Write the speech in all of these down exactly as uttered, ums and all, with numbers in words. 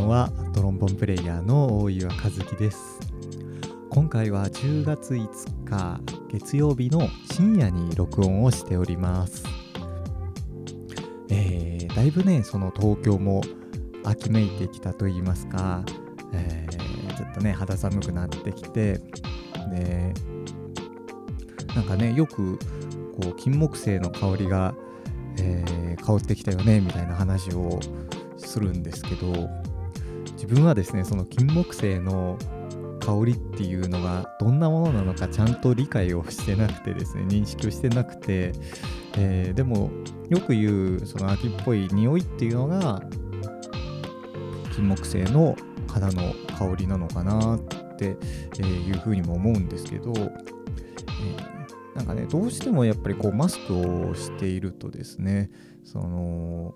は。トロンボンプレイヤーの大岩和樹です。今回はじゅうがついつか月曜日の深夜に録音をしております。えー、だいぶねその東京も秋めいてきたと言いますか、えー、ちょっとね肌寒くなってきて、でなんかねよくこう金木犀の香りが、えー、香ってきたよねみたいな話をするんですけど、自分はですねその金木犀の香りっていうのがどんなものなのかちゃんと理解をしてなくてですね認識をしてなくて、えー、でもよく言うその秋っぽい匂いっていうのが金木犀の花の香りなのかなっていうふうにも思うんですけど、えー、なんかねどうしてもやっぱりこうマスクをしているとですねその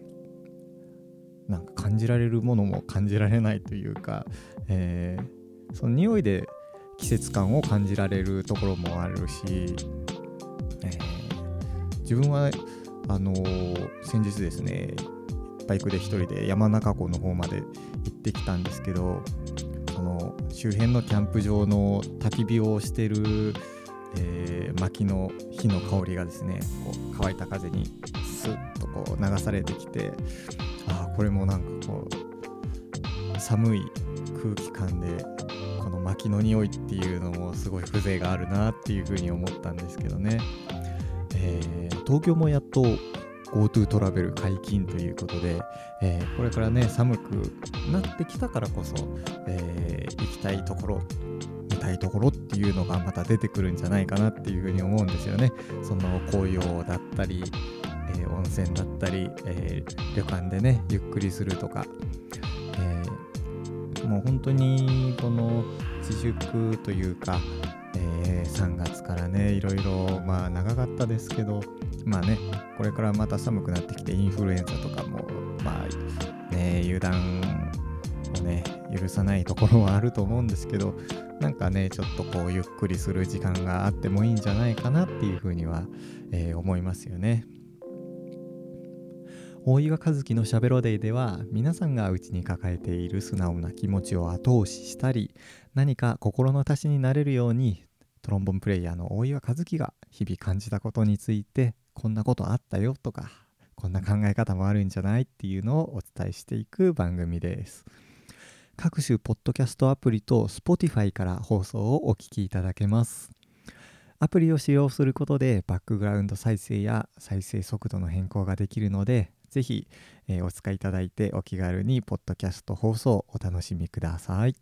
なんか感じられるものも感じられないというか、えー、その匂いで季節感を感じられるところもあるし、えー、自分はあのー、先日ですねバイクで一人で山中湖の方まで行ってきたんですけど、その周辺のキャンプ場の焚き火をしてる、えー、薪の火の香りがですねこう乾いた風にスッとこう流されてきて、あこれもなんかこう寒い空気感でこの薪の匂いっていうのもすごい風情があるなっていうふうに思ったんですけどね、えー、東京もやっと GoTo トラベル解禁ということで、えー、これからね寒くなってきたからこそ、えー、行きたいところ見たいところっていうのがまた出てくるんじゃないかなっていうふうに思うんですよね。その紅葉だったりえー、温泉だったり、えー、旅館でねゆっくりするとか、えー、もう本当にこの自粛というか、えー、さんがつからねいろいろまあ長かったですけど、まあねこれからまた寒くなってきてインフルエンザとかもまあね油断をね許さないところはあると思うんですけど、なんかねちょっとこうゆっくりする時間があってもいいんじゃないかなっていうふうには、えー、思いますよね。大岩和樹のしゃべろデイでは皆さんが内に抱えている素直な気持ちを後押ししたり、何か心の足しになれるようにトロンボンプレイヤーの大岩和樹が日々感じたことについて、こんなことあったよとかこんな考え方もあるんじゃないっていうのをお伝えしていく番組です。各種ポッドキャストアプリと Spotify から放送をお聞きいただけます。アプリを使用することでバックグラウンド再生や再生速度の変更ができるので、ぜひ、えー、お使いいただいてお気軽にポッドキャスト放送をお楽しみください。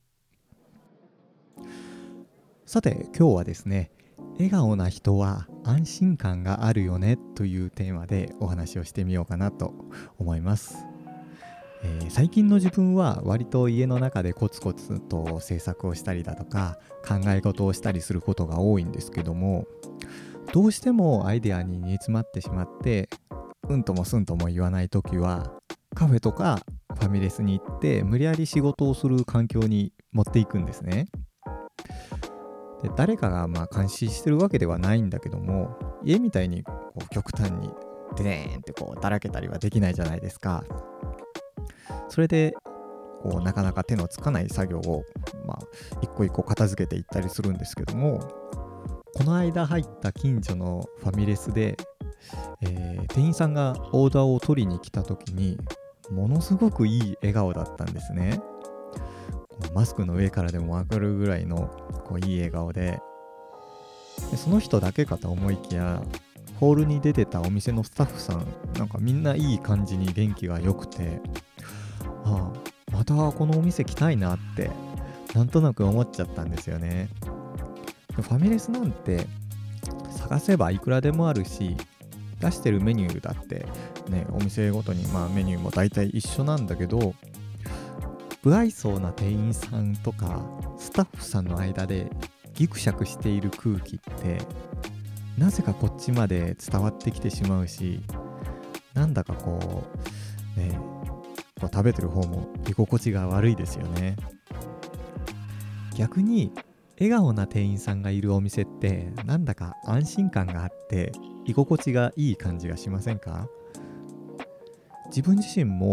さて今日はですね、笑顔な人は安心感があるよねというテーマでお話をしてみようかなと思います。えー、最近の自分は割と家の中でコツコツと制作をしたりだとか考え事をしたりすることが多いんですけども、どうしてもアイデアに煮詰まってしまってうんともすんとも言わないときはカフェとかファミレスに行って無理やり仕事をする環境に持っていくんですね。で誰かがまあ監視してるわけではないんだけども、家みたいにこう極端にデーンってこうだらけたりはできないじゃないですか。それでこうなかなか手のつかない作業をまあ一個一個片付けていったりするんですけども、この間入った近所のファミレスでえー、店員さんがオーダーを取りに来た時にものすごくいい笑顔だったんですね。マスクの上からでも分かるぐらいのこういい笑顔で、でその人だけかと思いきやホールに出てたお店のスタッフさんなんかみんないい感じに元気が良くて、ああまたこのお店来たいなってなんとなく思っちゃったんですよね。ファミレスなんて探せばいくらでもあるし、出してるメニューだってねお店ごとにまあメニューも大体一緒なんだけど、不愛想な店員さんとかスタッフさんの間でギクシャクしている空気ってなぜかこっちまで伝わってきてしまうし、なんだかこうねこう食べてる方も居心地が悪いですよね。逆に笑顔な店員さんがいるお店ってなんだか安心感があって居心地がいい感じがしませんか？自分自身も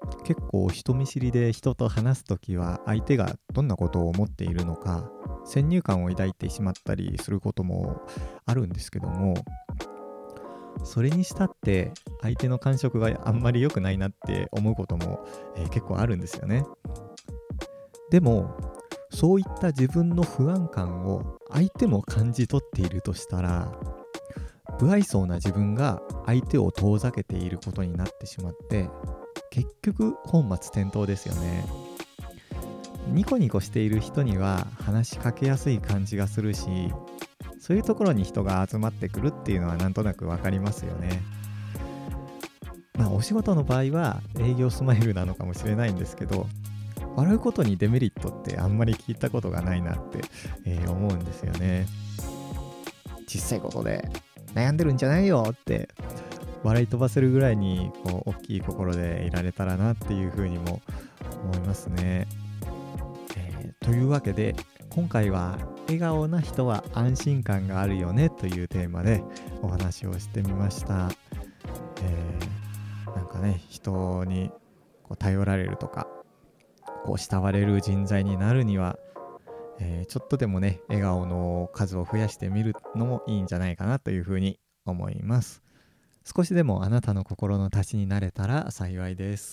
結構人見知りで人と話すときは相手がどんなことを思っているのか先入観を抱いてしまったりすることもあるんですけども、それにしたって相手の感触があんまり良くないなって思うことも、えー結構あるんですよね。でもそういった自分の不安感を相手も感じ取っているとしたら、不愛想な自分が相手を遠ざけていることになってしまって、結局本末転倒ですよね。ニコニコしている人には話しかけやすい感じがするし、そういうところに人が集まってくるっていうのはなんとなくわかりますよね。まあお仕事の場合は営業スマイルなのかもしれないんですけど、笑うことにデメリットってあんまり聞いたことがないなって、えー思うんですよね。小さいことで悩んでるんじゃないよって笑い飛ばせるぐらいにこう大きい心でいられたらなっていうふうにも思いますね。えーというわけで今回は笑顔な人は安心感があるよねというテーマでお話をしてみました。えーなんかね、人にこう頼られるとかこう慕われる人材になるには、えーちょっとでもね笑顔の数を増やしてみるのもいいんじゃないかなというふうに思います。少しでもあなたの心の足しになれたら幸いです。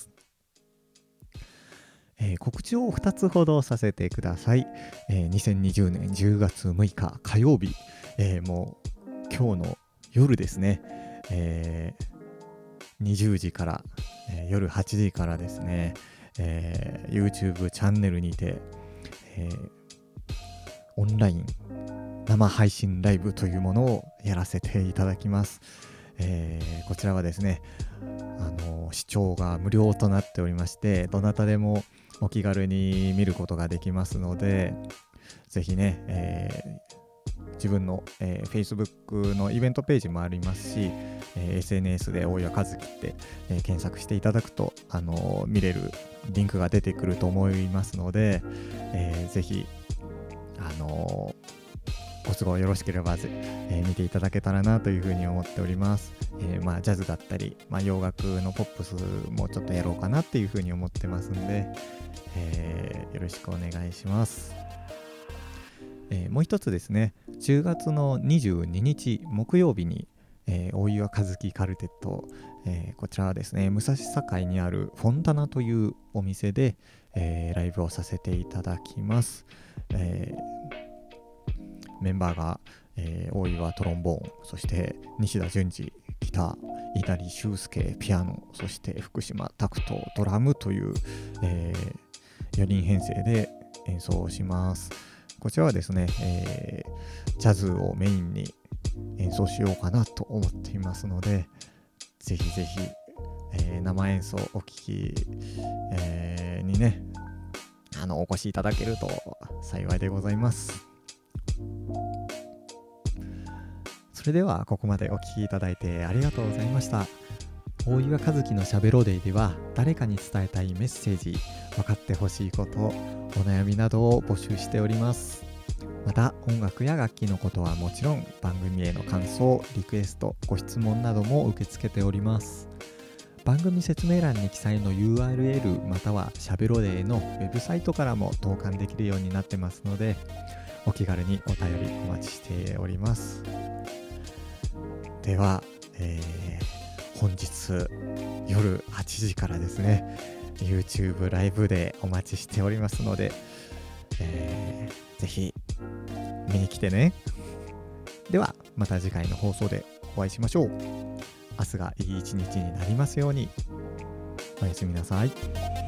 えー告知をふたつほどさせてください。えーにせんにじゅうねんじゅうがつむいか火曜日、えーもう今日の夜ですね、えーにじゅうじから、えー夜はちじからですね、えー YouTube チャンネルにて、えーオンライン生配信ライブというものをやらせていただきます。えーこちらはですね、あの視聴が無料となっておりまして、どなたでもお気軽に見ることができますので、ぜひね、えー自分の、えー Facebook のイベントページもありますし、えー エスエヌエス で大岩和樹って、えー検索していただくと、あのー見れるリンクが出てくると思いますので、えーぜひ、あのーご都合よろしければぜ、えー見ていただけたらなというふうに思っております。えーまあ、ジャズだったり、まあ、洋楽のポップスもちょっとやろうかなっていうふうに思ってますんで、えーよろしくお願いします。えーもう一つですね、じゅうがつのにじゅうににち木曜日に、えー大岩和樹カルテット、えーこちらはですね、武蔵境にあるフォンタナというお店で、えーライブをさせていただきます。えーメンバーが、えー大岩トロンボーン、そして西田淳二ギター、稲荷修介ピアノ、そして福島拓人ドラムという、えーよにん編成で演奏をします。こちらはですね、えージャズをメインに演奏しようかなと思っていますので、ぜひぜひ、えー生演奏お聴き、えーにね、あのお越しいただけると幸いでございます。それではここまでお聞きいただいてありがとうございました。大岩和樹のしゃべろデイでは、誰かに伝えたいメッセージ、分かってほしいこと、お悩みなどを募集しております。また音楽や楽器のことはもちろん、番組への感想、リクエスト、ご質問なども受け付けております。番組説明欄に記載の ユーアールエル またはしゃべろデイのウェブサイトからも投函できるようになってますので、お気軽にお便りお待ちしております。では、えー本日夜はちじからですね、 YouTube ライブでお待ちしておりますので、えーぜひ見に来てね。ではまた次回の放送でお会いしましょう。明日がいい一日になりますように。おやすみなさい。